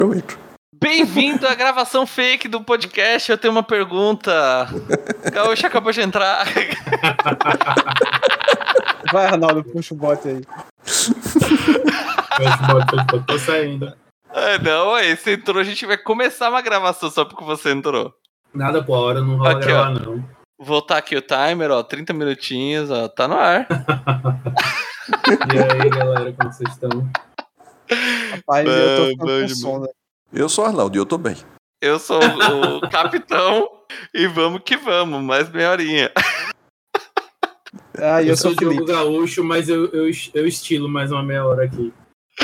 Eu entro. Bem-vindo à gravação fake do podcast. Eu tenho uma pergunta. Gaúcho acabou de entrar. Vai, Arnaldo, puxa o bote aí. Fecha o bot, tô saindo. Não, aí você entrou, a gente vai começar uma gravação só porque você entrou. Nada, pô, a hora não rola Aqui, gravar, ó. não. Voltar aqui o timer, ó, 30 minutinhos, ó, tá no ar. E aí, galera, como vocês estão? Rapaz, eu tô ficando com sono. Eu sou Arnaldo e eu tô bem. Eu sou o capitão e vamos que vamos, mais meia horinha. Ah, Eu eu sou sou o o Diogo Felipe. Gaúcho, mas eu estilo mais uma meia hora aqui.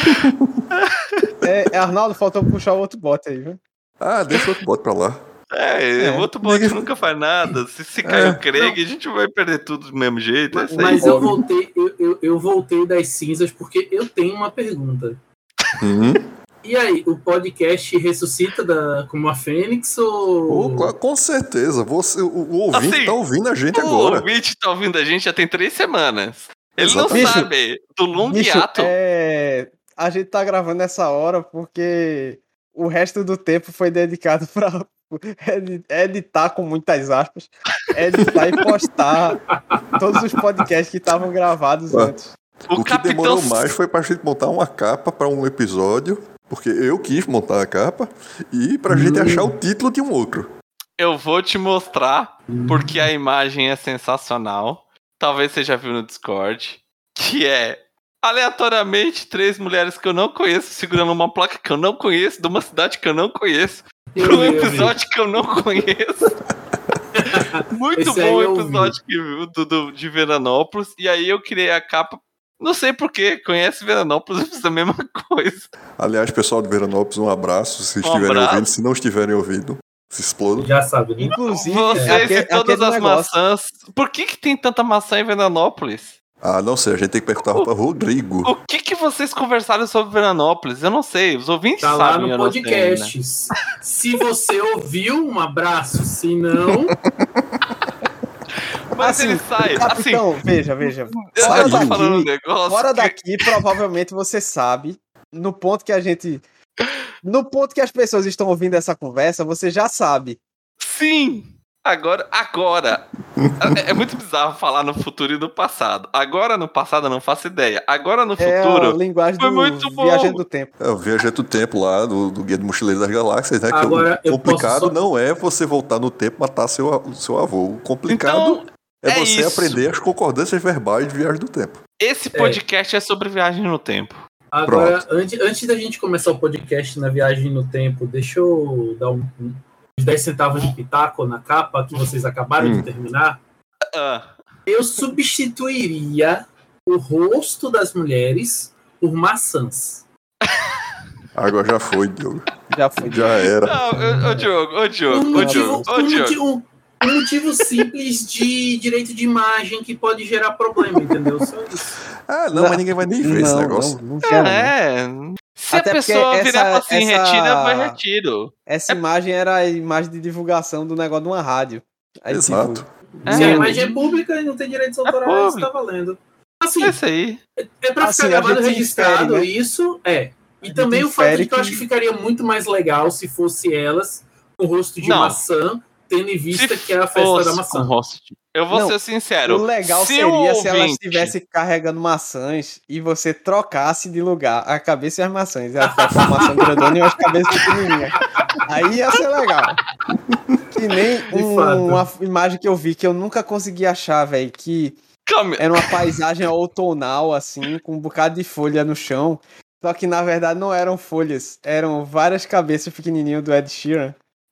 Arnaldo, faltou puxar o outro bote aí, viu? Ah, deixa o outro bote pra lá. O outro bot nunca faz nada. Se cair o Craig, a gente vai perder tudo do mesmo jeito. Mas eu voltei das cinzas porque eu tenho uma pergunta. E aí, o podcast ressuscita como a Fênix ou... Com certeza. O ouvinte Assim, tá ouvindo a gente O agora. ouvinte tá ouvindo a gente já tem 3 semanas. Ele Exatamente. não sabe do longo Bicho, hiato. a gente tá gravando essa hora porque o resto do tempo foi dedicado pra editar, com muitas aspas, editar e postar todos os podcasts que estavam gravados antes. O que demorou mais foi pra gente montar uma capa pra um episódio, porque eu quis montar a capa, e pra gente achar o título de um outro. Eu vou te mostrar, porque a imagem é sensacional. Talvez você já viu no Discord. Que é, aleatoriamente, 3 mulheres que eu não conheço segurando uma placa que eu não conheço, de uma cidade que eu não conheço, pra um episódio que eu não conheço. Muito Esse bom aí o eu episódio de Veranópolis. E aí eu criei a capa. Não sei porquê, conhece Veranópolis, eu fiz a mesma coisa. Aliás, pessoal de Veranópolis, um abraço. Se estiverem abraço. ouvindo, se não estiverem ouvindo, se explodam. Já sabe, né? Inclusive, Vocês e todas aquele as negócio. maçãs. Por que tem tanta maçã em Veranópolis? Ah, não sei, a gente tem que perguntar pra Rodrigo. O que vocês conversaram sobre Veranópolis? Eu não sei, os ouvintes Tá lá sabem. no eu não sei, podcast. né? Se você ouviu, um abraço. Se não... Mas ele sai, assim, Capitão, veja. eu Fora tô falando um daqui, negócio. fora daqui, provavelmente você sabe, no ponto que as pessoas estão ouvindo essa conversa, você já sabe. Sim! Agora. É muito bizarro falar no futuro e no passado. Agora no passado eu não faço ideia. Agora no É a futuro. linguagem Foi do muito bom. Viajante do Tempo. É o Viajante do Tempo lá, do Guia do Mochileiro das Galáxias, né? Agora, Que o eu posso complicado só- não é você voltar no tempo e matar seu avô. O complicado Então, é é você isso. aprender as concordâncias verbais de Viagem do Tempo. Esse podcast é sobre viagem no tempo. Agora, antes da gente começar o podcast na viagem no tempo, deixa eu dar uns 10 centavos de pitaco na capa que vocês acabaram de terminar. Eu substituiria o rosto das mulheres por maçãs. Agora já foi, Diogo. Já foi. Já era. Não, ô Diogo. Um motivo simples de direito de imagem que pode gerar problema, entendeu? Só isso. Ah, não, mas ninguém vai nem ver esse negócio. Não quero, Se Até a pessoa porque virar pra assim, essa- retira, vai retiro. Essa imagem era a imagem de divulgação do negócio de uma rádio. Aí, Exato. Se a imagem é pública e não tem direitos autorais, público. tá valendo. Assim, É isso aí. é pra Assim, ficar a gravado gente registrado, infere, né? isso é. E A também gente o fato de infere que eu acho que ficaria muito mais legal se fosse elas com o rosto de Não. maçã, tendo em vista Se que é a festa fosse da com maçã. rosto. Eu vou Não, ser sincero. O legal se seria o se elas ouvinte- estivessem carregando maçãs e você trocasse de lugar a cabeça e as maçãs. Ela ficar com a maçã grandona e as cabeças pequenininhas. Aí ia ser legal. Que nem uma imagem que eu vi que eu nunca consegui achar, velho, que era uma paisagem outonal, assim, com um bocado de folha no chão. Só que, na verdade, não eram folhas. Eram várias cabeças pequenininhas do Ed Sheeran.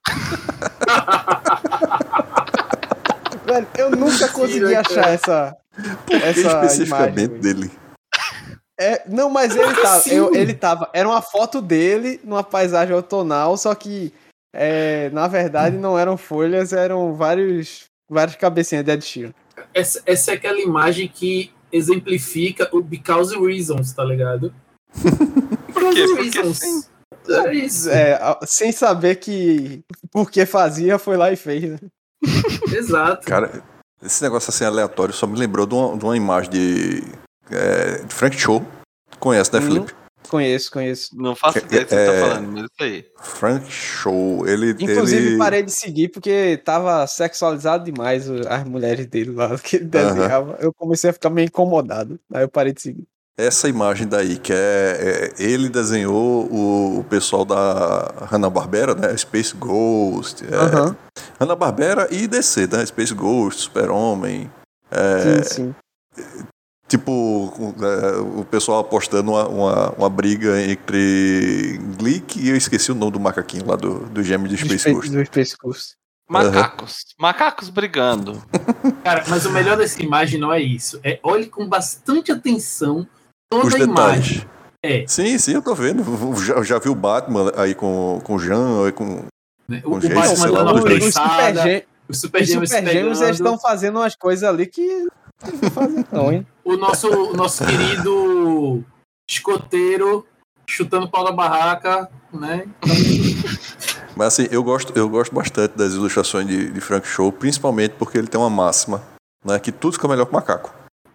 Velho, eu nunca consegui achar essa Especificamente imagem. dele. Não, mas ele tava. Era uma foto dele numa paisagem outonal, só que na verdade não eram folhas, eram várias cabecinhas de Ed Sheeran. Essa é aquela imagem que exemplifica o Because Reasons, tá ligado? Por quê? Porque Reasons. sim. É isso. Sem saber que por que fazia, foi lá e fez. Né? Exato. Cara, esse negócio assim aleatório só me lembrou de uma imagem de Frank Show. Conhece, né, Felipe? Conheço. Não faço ideia do que você tá falando, mas isso aí. Frank Show, Inclusive, parei de seguir porque tava sexualizado demais as mulheres dele lá, que ele desenhava. Eu comecei a ficar meio incomodado. Aí eu parei de seguir. Essa imagem daí, que ele desenhou o pessoal da Hanna-Barbera, né? Space Ghost. Hanna-Barbera e DC, né? Space Ghost, Super-Homem. Sim. Tipo, o pessoal apostando uma briga entre Glick e eu esqueci o nome do macaquinho lá do gêmeo de Space Ghost. Do Space Ghost. Macacos brigando. Cara, mas o melhor dessa imagem não é isso. Olhe com bastante atenção toda Os a detalhes. imagem. Sim, eu tô vendo. Já vi o Batman aí com o Jean, com o Batman dando uma prensada. Os Super Gêmeos eles estão fazendo umas coisas ali que não fazem não, hein? O nosso querido escoteiro chutando pau da barraca, né? Mas assim, eu gosto bastante das ilustrações de Frank Show, principalmente porque ele tem uma máxima, né? Que tudo fica melhor com macaco.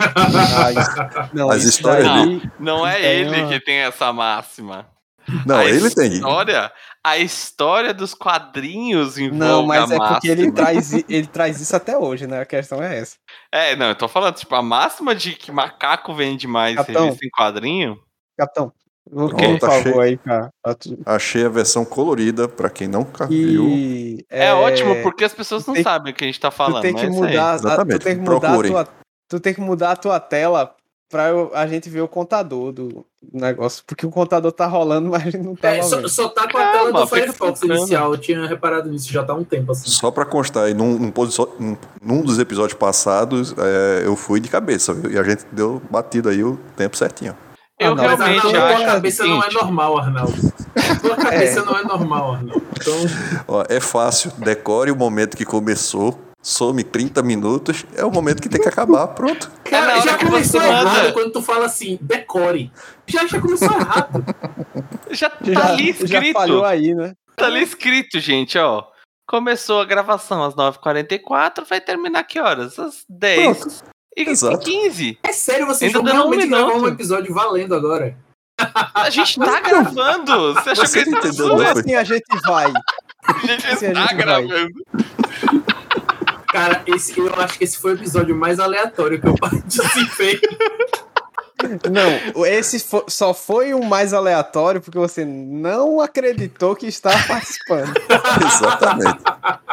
As histórias dele. Não é ele que tem essa máxima. Não, ele tem. A história dos quadrinhos envolve Não, mas a máxima. Porque ele traz isso até hoje, né? A questão é essa. Eu tô falando, tipo, a máxima de que macaco vende mais revista em quadrinho. Capitão, por favor aí, cara. Achei a versão colorida, pra quem nunca viu. É ótimo, porque as pessoas não sabem o que a gente tá falando. Tu tem que mudar, tu tem que mudar a tua tela pra a gente ver o contador do negócio. Porque o contador tá rolando, mas não tá rolando. Só tá com a tela do Firefox inicial. Eu tinha reparado nisso já tá há um tempo assim. Só pra constar, aí, num dos episódios passados, eu fui de cabeça, viu? E a gente deu batido aí o tempo certinho. Eu realmente acho. Tua cabeça não é normal, Arnaldo. Tua cabeça não é normal, Arnaldo. Então... Ó, é fácil. Decore o momento que começou. Some 30 minutos. É o momento que tem que acabar. Pronto. Cara, já começou errado quando tu fala assim, decore. Já começou errado. Já tá ali escrito. Já falhou aí, né? Tá ali escrito, gente, ó. Começou a gravação às 9h44, vai terminar que horas? Às 10. E 15. É sério, vocês vão realmente gravar um episódio valendo agora? A gente tá gravando. Você achou que a gente tá zoando? Assim a gente vai. A gente tá gravando. Cara, eu acho que esse foi o episódio mais aleatório que eu participei. Não, esse só foi o mais aleatório porque você não acreditou que estava participando. Exatamente.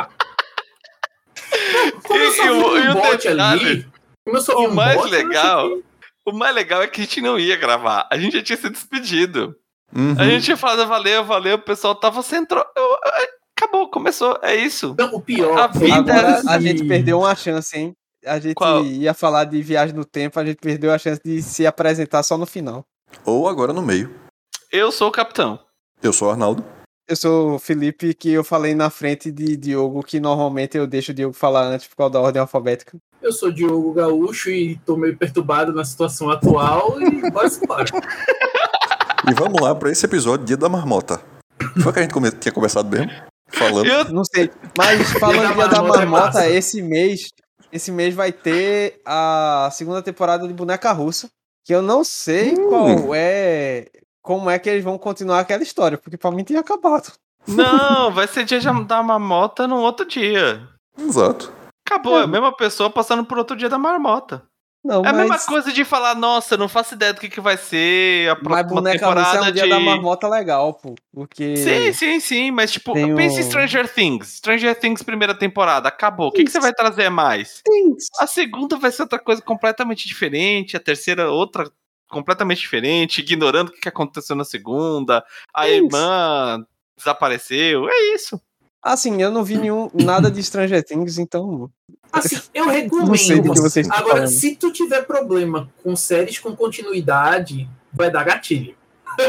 Como eu só vi um bot ali... O mais legal é que a gente não ia gravar. A gente já tinha se despedido. A gente tinha falado valeu, o pessoal tava centro. Acabou, começou, é isso. Não, o pior. A vida a gente perdeu uma chance, hein? A gente ia falar de viagem no tempo, a gente perdeu a chance de se apresentar só no final. Ou agora no meio. Eu sou o capitão. Eu sou o Arnaldo. Eu sou o Felipe, que eu falei na frente de Diogo, que normalmente eu deixo o Diogo falar antes por causa da ordem alfabética. Eu sou Diogo Gaúcho e tô meio perturbado na situação atual e bora embora. E vamos lá para esse episódio, Dia da Marmota. Foi que a gente tinha conversado mesmo? Falando. Eu não sei, mas falando Dia da Marmota, esse mês vai ter a segunda temporada de Boneca Russa, que eu não sei como é que eles vão continuar aquela história, porque pra mim tinha acabado. Não, vai ser Dia da Marmota num outro dia. Exato. Acabou, é a mesma pessoa passando por outro Dia da Marmota. Não, é a mesma coisa de falar, nossa, não faço ideia do que vai ser a próxima temporada. Mas Dia da Marmota legal, pô. Porque... Sim, mas tipo, pense em Stranger Things. Stranger Things primeira temporada, acabou. O que você vai trazer mais? A segunda vai ser outra coisa completamente diferente, a terceira outra completamente diferente, ignorando o que aconteceu na segunda, a irmã desapareceu, é isso. Assim, eu não vi nada de Stranger Things, então... Assim, eu recomendo. Não sei do que vocês estão Agora, falando. se tu tiver problema com séries com continuidade, vai dar gatilho.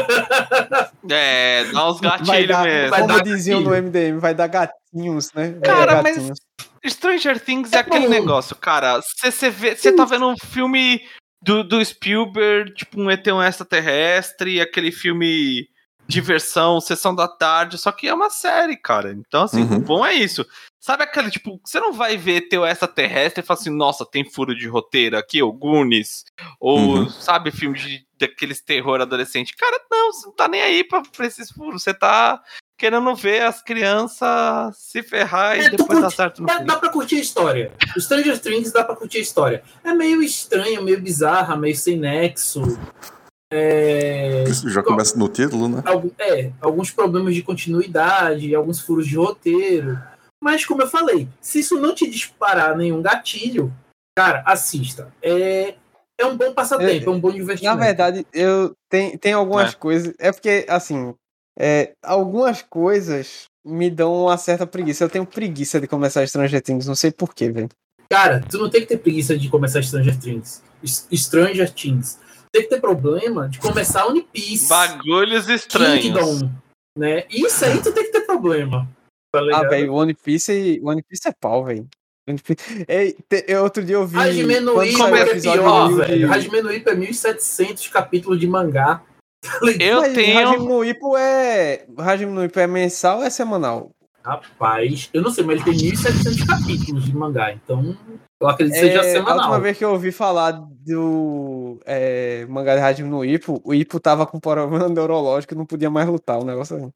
Dá uns gatilhos mesmo. Como diziam no MDM, vai dar gatinhos, né? Cara, mas Stranger Things é aquele negócio, cara. Você tá vendo um filme do Spielberg, tipo um ET extraterrestre, aquele filme... diversão, sessão da tarde, só que é uma série, cara. Então, assim, o bom é isso. Sabe aquele, tipo, você não vai ver teu extraterrestre e falar assim, nossa, tem furo de roteiro aqui, ou Goonies, ou, sabe, filme daqueles terror adolescente. Cara, não, você não tá nem aí pra esses furos. Você tá querendo ver as crianças se ferrar e depois dar certo no fim. Dá pra curtir a história. O Stranger Things dá pra curtir a história. É meio estranha, meio bizarra, meio sem nexo. Isso já começa no título, né? Alguns problemas de continuidade, alguns furos de roteiro. Mas, como eu falei, se isso não te disparar nenhum gatilho, cara, assista. É um bom passatempo, é um bom divertimento. Na verdade, tem algumas coisas... É porque, assim, algumas coisas me dão uma certa preguiça. Eu tenho preguiça de começar Stranger Things, não sei porquê, velho. Cara, tu não tem que ter preguiça de começar Stranger Things. Tem que ter problema de começar One Piece. Bagulhos estranhos. Kingdom, né? Isso aí tu tem que ter problema. Tá, velho, One Piece é pau, velho. Outro dia eu vi... Hajime no Ippo é pior, velho. Hajime no Ippo é 1.700 capítulos de mangá. Hajime no Ippo é mensal ou é semanal? Rapaz, eu não sei, mas ele tem 1.700 capítulos de mangá, então eu acredito que seja semanal. A última vez que eu ouvi falar do mangá de Hajime no Ippo, o Ippo tava com problema neurológico e não podia mais lutar, um negócio assim.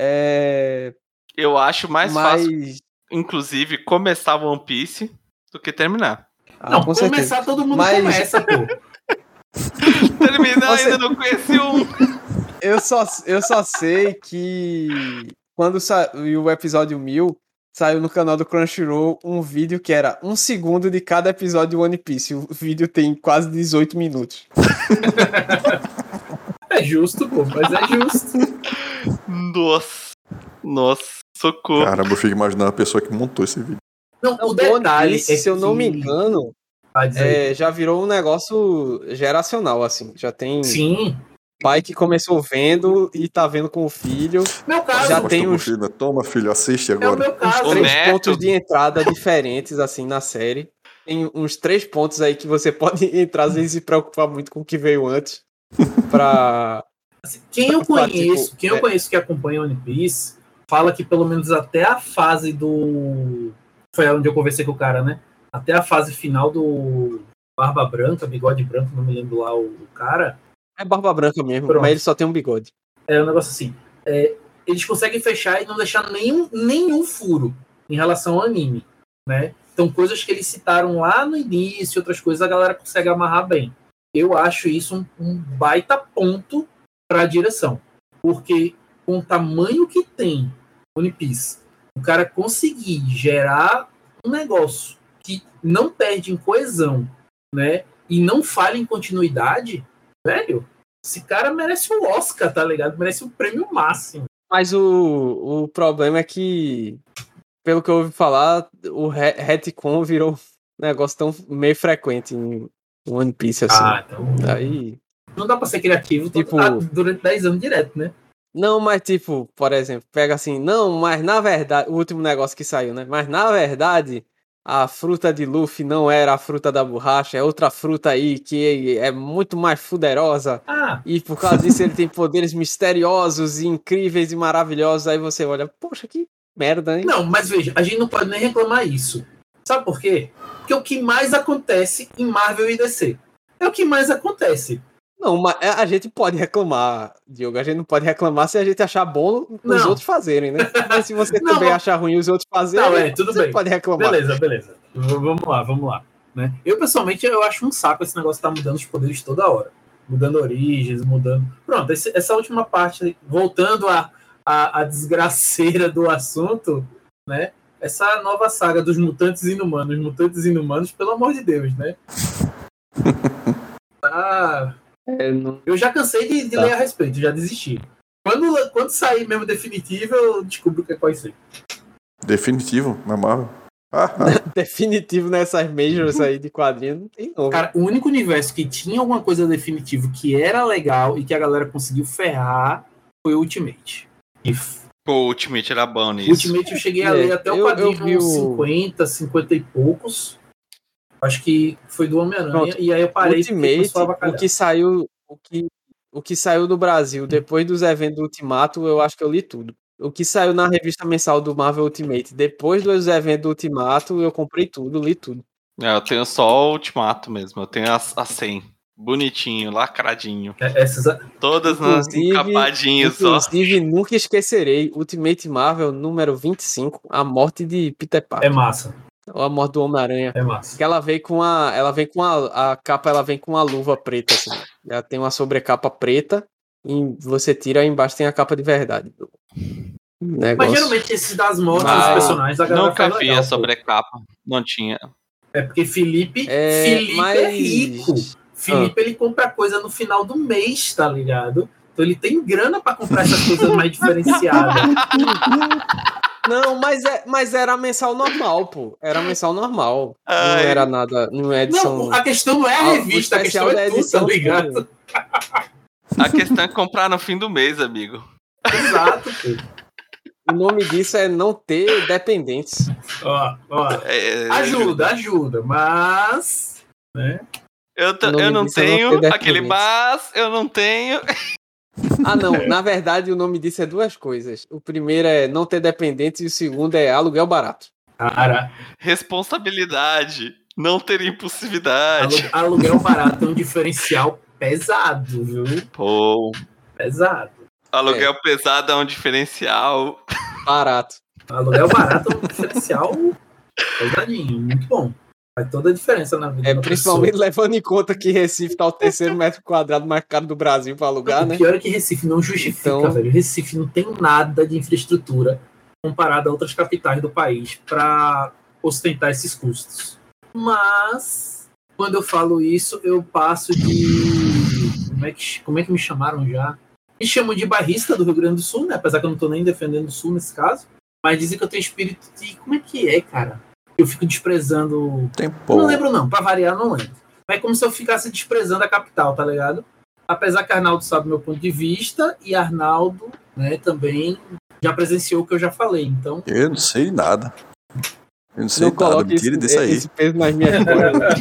Eu acho mais fácil, inclusive, começar One Piece do que terminar. Não, começar certeza. Todo mundo começa, pô. Terminar ainda não conheci um. Eu só sei que quando saiu o episódio 1000, saiu no canal do Crunchyroll um vídeo que era 1 segundo de cada episódio de One Piece. O vídeo tem quase 18 minutos. É justo, pô, mas é justo. Nossa, socorro. Caramba, eu fico imaginando a pessoa que montou esse vídeo. Não, o detalhe se eu não me engano, já virou um negócio geracional, assim. Já tem... Sim. Pai que começou vendo e tá vendo com o filho. Meu caso. Já tem uns... Filho, toma, filho, assiste agora. É o meu caso. Uns 3 pontos de entrada diferentes, assim, na série. Tem uns 3 pontos aí que você pode entrar sem se preocupar muito com o que veio antes. Pra... Quem eu conheço que acompanha One Piece, fala que pelo menos até a fase do... Foi onde eu conversei com o cara, né? Até a fase final do Barba Branca, Bigode Branco, não me lembro lá o cara... É Barba Branca mesmo, mas ele só tem um bigode. É um negócio assim. Eles conseguem fechar e não deixar nenhum furo em relação ao anime, né? Então, coisas que eles citaram lá no início, outras coisas, a galera consegue amarrar bem. Eu acho isso um baita ponto para a direção. Porque com o tamanho que tem One Piece, o cara conseguir gerar um negócio que não perde em coesão, né? E não falha em continuidade... Velho, esse cara merece um Oscar, tá ligado? Merece um prêmio máximo. Mas o problema é que, pelo que eu ouvi falar, o retcon virou um negócio tão meio frequente em One Piece, assim. Então... Aí... Não dá pra ser criativo durante 10 anos direto, né? Não, mas tipo, por exemplo, pega assim, mas na verdade, o último negócio que saiu, né? Mas na verdade... A fruta de Luffy não era a fruta da borracha, é outra fruta aí que é muito mais poderosa. E por causa disso ele tem poderes misteriosos e incríveis e maravilhosos. Aí você olha, poxa, que merda, hein? Não, mas veja, a gente não pode nem reclamar isso. Sabe por quê? Porque o que mais acontece em Marvel e DC. É o que mais acontece. Não, mas a gente pode reclamar, Diogo. A gente não pode reclamar se a gente achar bom os outros fazerem, né? Mas se você também achar ruim os outros fazerem, tudo você bem. Pode reclamar. Beleza. Vamos lá. Né? Eu, pessoalmente, eu acho um saco esse negócio de estar mudando os poderes toda hora. Mudando origens, mudando... Pronto, essa última parte, voltando à desgraceira do assunto, né? Essa nova saga dos mutantes inumanos, pelo amor de Deus, né? Eu já cansei de ler a respeito, já desisti. Quando sair mesmo definitivo, eu descubro o que pode ser. Definitivo? Na Marvel? Definitivo nessas majors aí de quadrinhos, não tem novo. Cara, o único universo que tinha alguma coisa definitivo que era legal e que a galera conseguiu ferrar foi o Ultimate. Pô, o Ultimate era bom nisso. O Ultimate eu cheguei a ler até o quadrinho 50 e poucos. Acho que foi do Homem-Aranha, e aí eu parei. Ultimate, o que saiu do Brasil depois dos eventos do Ultimato, eu acho que eu li tudo. O que saiu na revista mensal do Marvel Ultimate depois dos eventos do Ultimato, eu comprei tudo, li tudo. Eu tenho só o Ultimato mesmo, eu tenho a 100. Bonitinho, lacradinho. Essas... Todas encapadinhas só. Inclusive, nunca esquecerei Ultimate Marvel número 25, A Morte de Peter Parker. É massa. Ou A Morte do Homem-Aranha. É massa. Que ela vem com a capa, ela vem com uma luva preta, assim. Ela tem uma sobrecapa preta e você tira aí embaixo tem a capa de verdade. Mas geralmente esse das mortes dos personagens a galera nunca vi a sobrecapa, não tinha. É porque Felipe é rico. Felipe, ele compra coisa no final do mês, tá ligado? Então ele tem grana pra comprar essas coisas mais diferenciadas. Não, mas era mensal normal, pô. Era mensal normal. Não era nada. Não é edição. Não, a questão não é a revista, a questão é tudo, tá ligado? A questão é comprar no fim do mês, amigo. Exato, pô. O nome disso é não ter dependentes. Ó. Ajuda, mas. Né? Eu não tenho aquele, mas eu não tenho. Ah, não. Na verdade, o nome disso é duas coisas. O primeiro é não ter dependentes e o segundo é aluguel barato. Cara. Responsabilidade. Não ter impulsividade. Aluguel barato é um diferencial pesado, viu? Pô. Pesado. Aluguel pesado é um diferencial. Barato. Aluguel barato é um diferencial pesadinho. Muito bom. Faz toda a diferença na vida. Principalmente levando em conta que Recife tá o terceiro metro quadrado mais caro do Brasil para alugar, né? O pior é que Recife não justifica, velho. Recife não tem nada de infraestrutura comparado a outras capitais do país para ostentar esses custos. Mas, quando eu falo isso, eu passo de... Como é que me chamaram já? Me chamam de bairrista do Rio Grande do Sul, né? Apesar que eu não tô nem defendendo o Sul nesse caso. Mas dizem que eu tenho espírito de... Como é que é, cara? Eu fico desprezando... Não lembro não, pra variar não lembro. Mas é como se eu ficasse desprezando a capital, tá ligado? Apesar que Arnaldo sabe meu ponto de vista e Arnaldo, né, também já presenciou o que eu já falei, então... Eu não sei nada. Eu não sei nada, me tire disso aí. Esse peso nas minhas costas.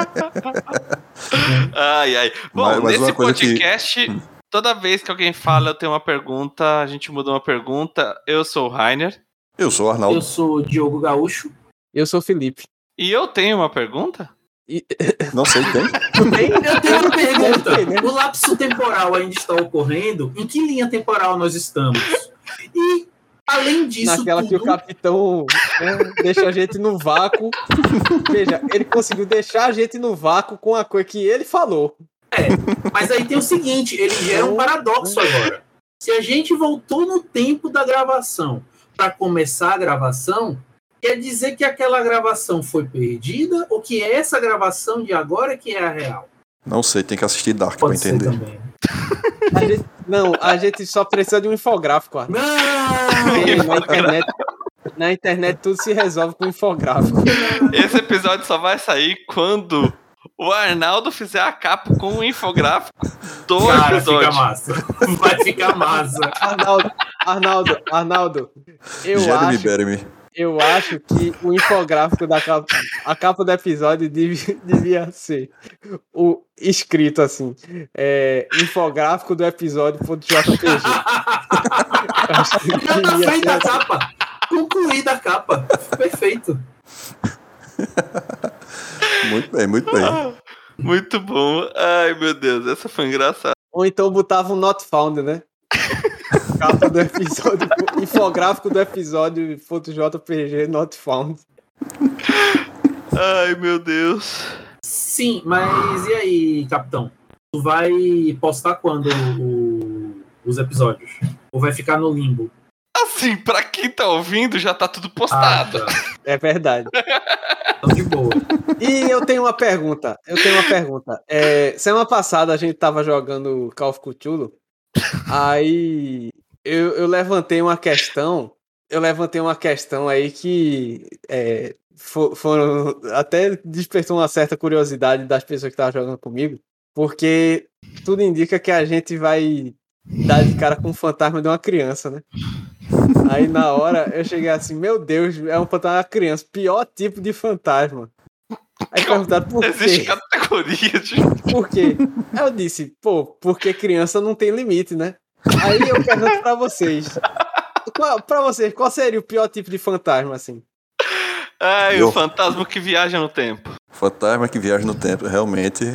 Ai. Bom, mas nesse podcast, toda vez que alguém fala eu tenho uma pergunta, a gente muda uma pergunta. Eu sou o Rainer. Eu sou o Arnaldo. Eu sou o Diogo Gaúcho. Eu sou o Felipe. E eu tenho uma pergunta? Não sei, tem? Eu tenho uma pergunta. O lapso temporal ainda está ocorrendo? Em que linha temporal nós estamos? E, além disso naquela tudo... que o capitão deixa a gente no vácuo. Veja, ele conseguiu deixar a gente no vácuo com a coisa que ele falou. Mas aí tem o seguinte, ele gera um paradoxo agora. Se a gente voltou no tempo da gravação para começar a gravação... Quer dizer que aquela gravação foi perdida ou que essa gravação de agora que é a real? Não sei, tem que assistir Dark para entender. Também. A gente só precisa de um infográfico. Na internet tudo se resolve com infográfico. Esse episódio só vai sair quando o Arnaldo fizer a capa com um infográfico do episódio. Fica massa. Vai ficar massa. Arnaldo, eu acho que o infográfico da capa, a capa do episódio devia ser o escrito assim, infográfico do episódio.jpg. Já tá feita a capa. Concluída a capa. Perfeito. Muito bem. Muito bom. Ai, meu Deus, essa foi engraçada. Ou então botava um not found, né? Capa do episódio, infográfico do episódio .jpg not found. Ai, meu Deus. Sim, mas e aí, capitão? Tu vai postar quando os episódios? Ou vai ficar no limbo? Assim, pra quem tá ouvindo, já tá tudo postado. Tá. É verdade. Então, de boa. E eu tenho uma pergunta. Semana passada a gente tava jogando Call of Cthulhu. Aí eu levantei uma questão aí que foram até despertou uma certa curiosidade das pessoas que estavam jogando comigo, porque tudo indica que a gente vai dar de cara com o fantasma de uma criança, né? Aí na hora eu cheguei assim, meu Deus, é um fantasma de uma criança, pior tipo de fantasma. Aí perguntaram por quê? Existe categoria de... Por quê? Aí eu disse, porque criança não tem limite, né? Aí eu pergunto pra vocês. Qual seria o pior tipo de fantasma, assim? O fantasma que viaja no tempo. Fantasma que viaja no tempo, realmente.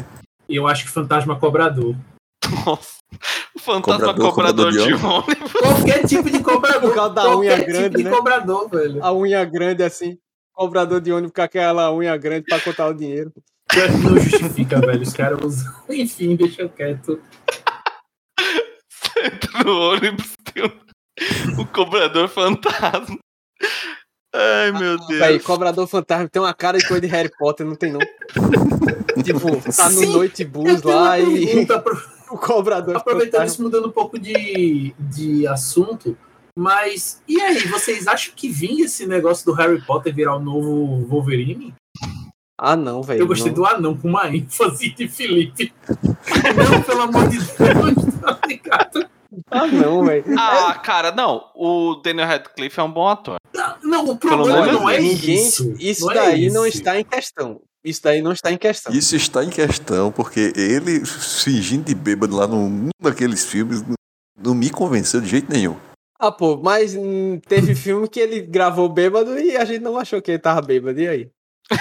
Eu acho que Fantasma Cobrador. Nossa. O Fantasma cobrador de ônibus. Qualquer tipo de cobrador. Por causa da unha grande, tipo de cobrador, velho. A unha grande, assim. Cobrador de ônibus com aquela unha grande pra contar o dinheiro. Não justifica, velho. Os caras usam. Enfim, deixa eu quieto. Você entra no ônibus, tem um cobrador fantasma. Ai, meu Deus. Véi, cobrador fantasma tem uma cara de coisa de Harry Potter, não tem não. Tipo, tá no Noite Bus lá e o cobrador aproveitando isso, mudando um pouco de assunto, mas e aí, vocês acham que vinha esse negócio do Harry Potter virar o novo Wolverine? Ah, não, velho. Eu gostei do anão com uma ênfase de Felipe. Não, pelo amor de Deus, tá ligado? Ah, não, velho. Ah, cara, não. O Daniel Radcliffe é um bom ator. Não, o problema não é isso. Isso daí não está em questão. Isso daí não está em questão. Isso está em questão, porque ele fingindo de bêbado lá num daqueles filmes não me convenceu de jeito nenhum. Ah, pô, mas teve filme que ele gravou bêbado e a gente não achou que ele tava bêbado. E aí?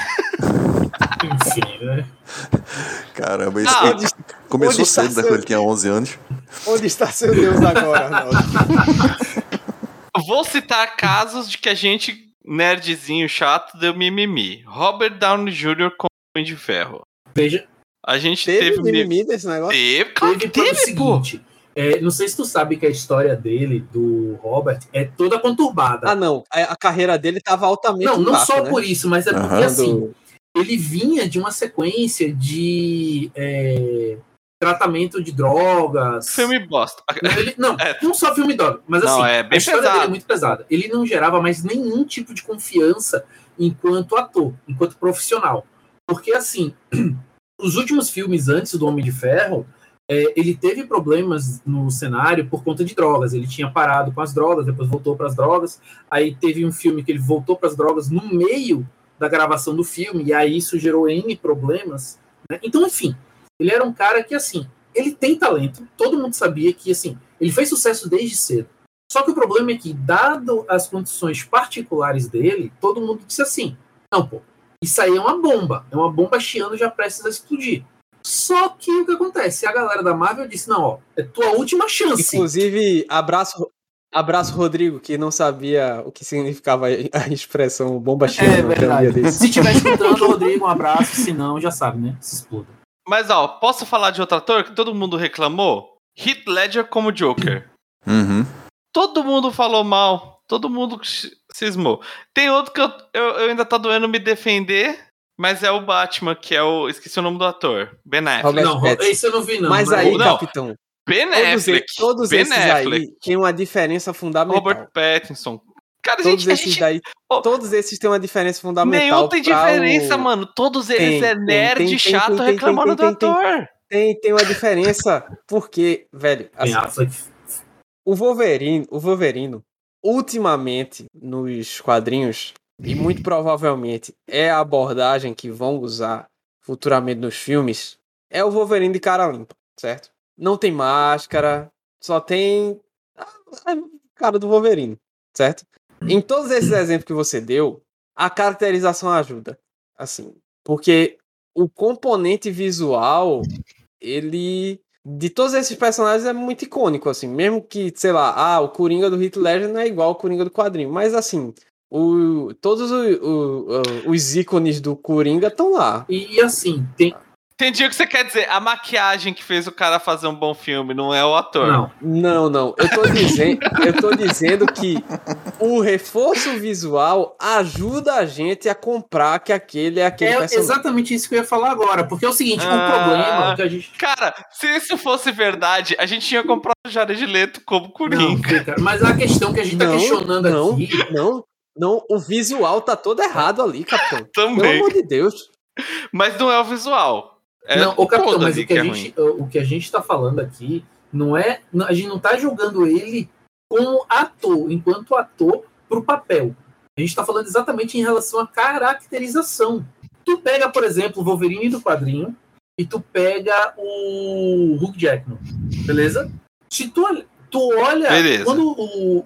Enfim, né? Caramba, isso começou cedo, né, quando ele tinha 11 anos. Onde está seu Deus agora, Arnaldo? Vou citar casos de que a gente, nerdzinho chato, deu mimimi. Robert Downey Jr. com Homem de Ferro. Veja. A gente teve mimimi desse negócio? Teve o seguinte. Não sei se tu sabe que a história dele, do Robert, é toda conturbada. Ah, não. A carreira dele estava altamente não baixa, só né? por isso, mas é porque assim, ele vinha de uma sequência de tratamento de drogas. Filme bosta. Não só filme droga, mas não, assim, bem a história pesado. dele é muito pesada. Ele não gerava mais nenhum tipo de confiança enquanto ator, enquanto profissional. Porque assim, os últimos filmes antes do Homem de Ferro, ele teve problemas no cenário por conta de drogas. Ele tinha parado com as drogas, depois voltou para as drogas. Aí teve um filme que ele voltou para as drogas no meio da gravação do filme, e aí isso gerou N problemas, né? Então, enfim, ele era um cara que, assim, ele tem talento, todo mundo sabia que, assim, ele fez sucesso desde cedo. Só que o problema é que, dado as condições particulares dele, todo mundo disse assim, não, pô, isso aí é uma bomba chiando já prestes a explodir. Só que o que acontece? A galera da Marvel disse, não, ó, é tua última chance. Inclusive, abraço, Rodrigo, que não sabia o que significava a expressão bomba chiando. Se tiver escutando, Rodrigo, um abraço, se não, já sabe, né? Se exploda. Mas, ó, posso falar de outro ator que todo mundo reclamou? Heath Ledger como Joker. Uhum. Todo mundo falou mal. Todo mundo cismou. Tem outro que eu ainda tá doendo me defender, mas é o Batman, que é o... Esqueci o nome do ator. Ben Affleck. Não, esse eu não vi, não. Mas aí, capitão... Ben Affleck. Todos esses aí tem uma diferença fundamental. Robert Pattinson. Cara, todos esses têm uma diferença fundamental. Nenhum tem diferença, mano. Todos eles nerd chato reclamando do ator. Tem uma diferença, porque, velho, assim, o Wolverine, ultimamente, nos quadrinhos, e muito provavelmente é a abordagem que vão usar futuramente nos filmes, é o Wolverine de cara limpa, certo? Não tem máscara, só tem a cara do Wolverine, certo? Em todos esses exemplos que você deu, a caracterização ajuda, assim, porque o componente visual, ele, de todos esses personagens, é muito icônico, assim, mesmo que, sei lá, o Coringa do Heath Ledger não é igual ao Coringa do quadrinho, mas, assim, todos os ícones do Coringa estão lá. E assim, Entendi o que você quer dizer. A maquiagem que fez o cara fazer um bom filme, não é o ator. Não. Eu tô dizendo que o reforço visual ajuda a gente a comprar que aquele é aquele personagem. É exatamente isso que eu ia falar agora. Porque é o seguinte, o problema que a gente... Cara, se isso fosse verdade, a gente tinha comprado o Jared Leto como Coringa. Não, mas a questão que a gente tá questionando aqui... Não, o visual tá todo errado ali, capitão. Também. Pelo amor de Deus. Mas não é o visual. Capitão, mas o que a gente tá falando aqui não é... A gente não tá julgando ele como ator, enquanto ator pro papel. A gente tá falando exatamente em relação à caracterização. Tu pega, por exemplo, o Wolverine do quadrinho e tu pega o Hugh Jackman, beleza? Se tu olha... Beleza. Quando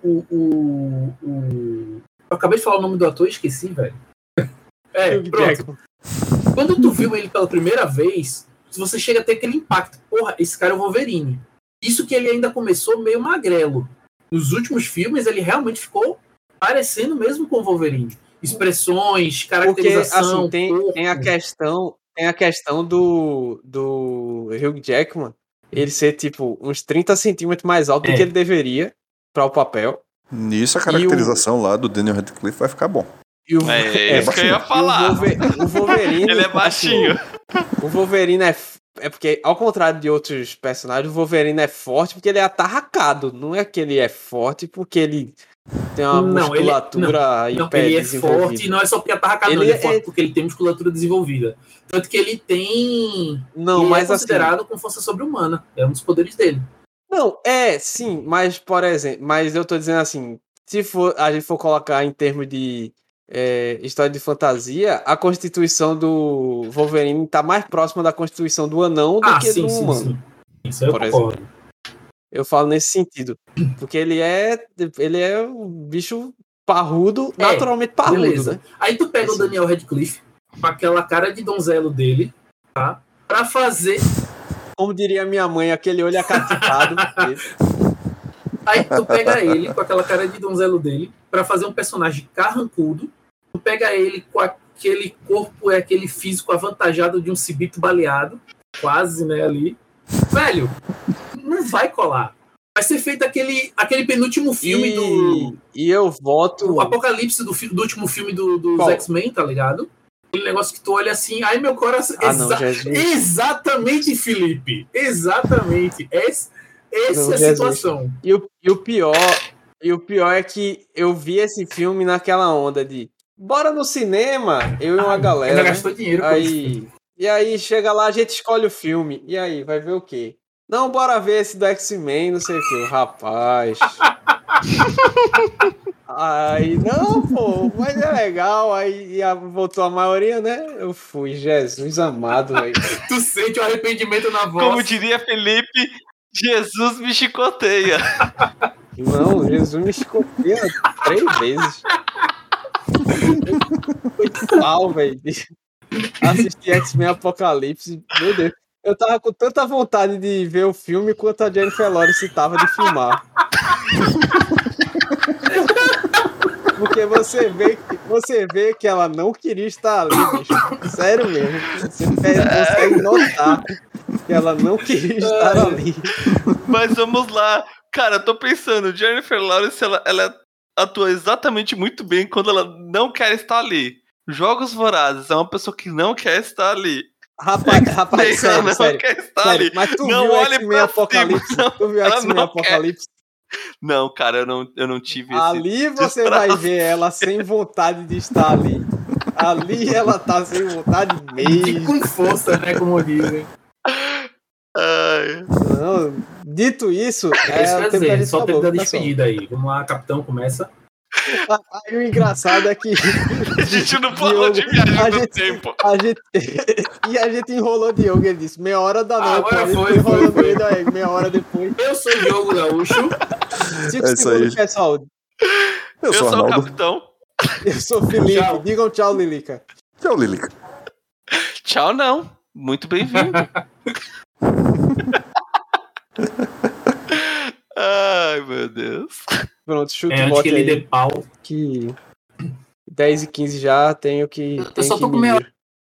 eu acabei de falar o nome do ator e esqueci, velho. Pronto. Quando tu viu ele pela primeira vez, você chega a ter aquele impacto. Porra, esse cara é o Wolverine. Isso que ele ainda começou meio magrelo. Nos últimos filmes, ele realmente ficou parecendo mesmo com o Wolverine. Expressões, caracterização. Porque, assim, tem a questão do Hugh Jackman, ele ser, tipo, uns 30 centímetros mais alto do que ele deveria para o papel. Nisso a caracterização lá do Daniel Radcliffe vai ficar bom. É isso que eu ia falar. O Wolverine... Ele é baixinho. Assim, o Wolverine é porque, ao contrário de outros personagens, o Wolverine é forte porque ele é atarracado. Não é que ele é forte porque ele tem uma musculatura hiper ele é desenvolvida. forte e não é só porque é atarracado, ele é forte porque ele tem musculatura desenvolvida. Tanto que ele tem... Não, ele mas é considerado com força sobre-humana. É um dos poderes dele. Não, sim, mas, por exemplo, mas eu tô dizendo assim, se a gente for colocar em termos de história de fantasia, a constituição do Wolverine tá mais próxima da constituição do anão do que do humano. Sim. Isso eu concordo. Exemplo. Eu falo nesse sentido. Porque ele é um bicho parrudo, naturalmente parrudo, beleza. né? Aí tu pega o Daniel Radcliffe com aquela cara de donzelo dele, tá? Pra fazer... Como diria minha mãe, aquele olho acatitado. Aí tu pega ele com aquela cara de donzelo dele pra fazer um personagem carrancudo. Tu pega ele com aquele corpo, aquele físico avantajado de um cibito baleado, quase, né, ali. Velho, não vai colar. Vai ser feito aquele penúltimo filme do... E eu voto... O apocalipse do último filme dos X-Men, tá ligado? Aquele negócio que tu olha assim, ai meu coração... Exatamente, Felipe! Exatamente! Essa é a situação. E o pior é que eu vi esse filme naquela onda de bora no cinema, eu e uma galera. Ainda gastou dinheiro com isso. E aí chega lá, a gente escolhe o filme. E aí, vai ver o quê? Não, bora ver esse do X-Men, não sei o quê. Rapaz. Aí, não, pô, mas é legal. Aí voltou a maioria, né? Eu fui, Jesus amado, velho. Tu sente o arrependimento na voz. Como diria Felipe, Jesus me chicoteia. Não, Jesus me chicoteia 3 vezes. Foi mal, velho. Assistir X-Men Apocalipse, meu Deus. Eu tava com tanta vontade de ver o filme quanto a Jennifer Lawrence tava de filmar. Porque você vê que ela não queria estar ali, bicho. Sério mesmo. Você consegue notar que ela não queria estar ali. Mas vamos lá. Cara, eu tô pensando, Jennifer Lawrence, ela atua exatamente muito bem quando ela não quer estar ali. Jogos Vorazes é uma pessoa que não quer estar ali. Rapaz, sério, não sério, quer estar sério. Ali. Mas tu não viu olhe X-Men Apocalipse? Tu viu X-Men Apocalipse? Não, cara, eu não tive esse... Ali você vai ver ela sem vontade de estar ali. Ali ela tá sem vontade mesmo. Com força, né, como dizem. Não, dito isso, quer dizer, só tempo da despedida aí. Vamos lá, capitão, começa. Aí o engraçado é que a gente não falou de viagem do tempo. E a gente enrolou Diogo, ele disse, meia hora da noite. Agora foi. Meia hora depois. Eu sou o Diogo Gaúcho. 5 segundos, pessoal. Eu sou o capitão. Eu sou o Felipe. Tchau. Digam tchau, Lilica. Tchau, Lilica. Tchau, não. Muito bem-vindo. Ai, meu Deus. Pronto, chute o bote aí. Que 10h15 já tenho que... Eu só tô com meia hora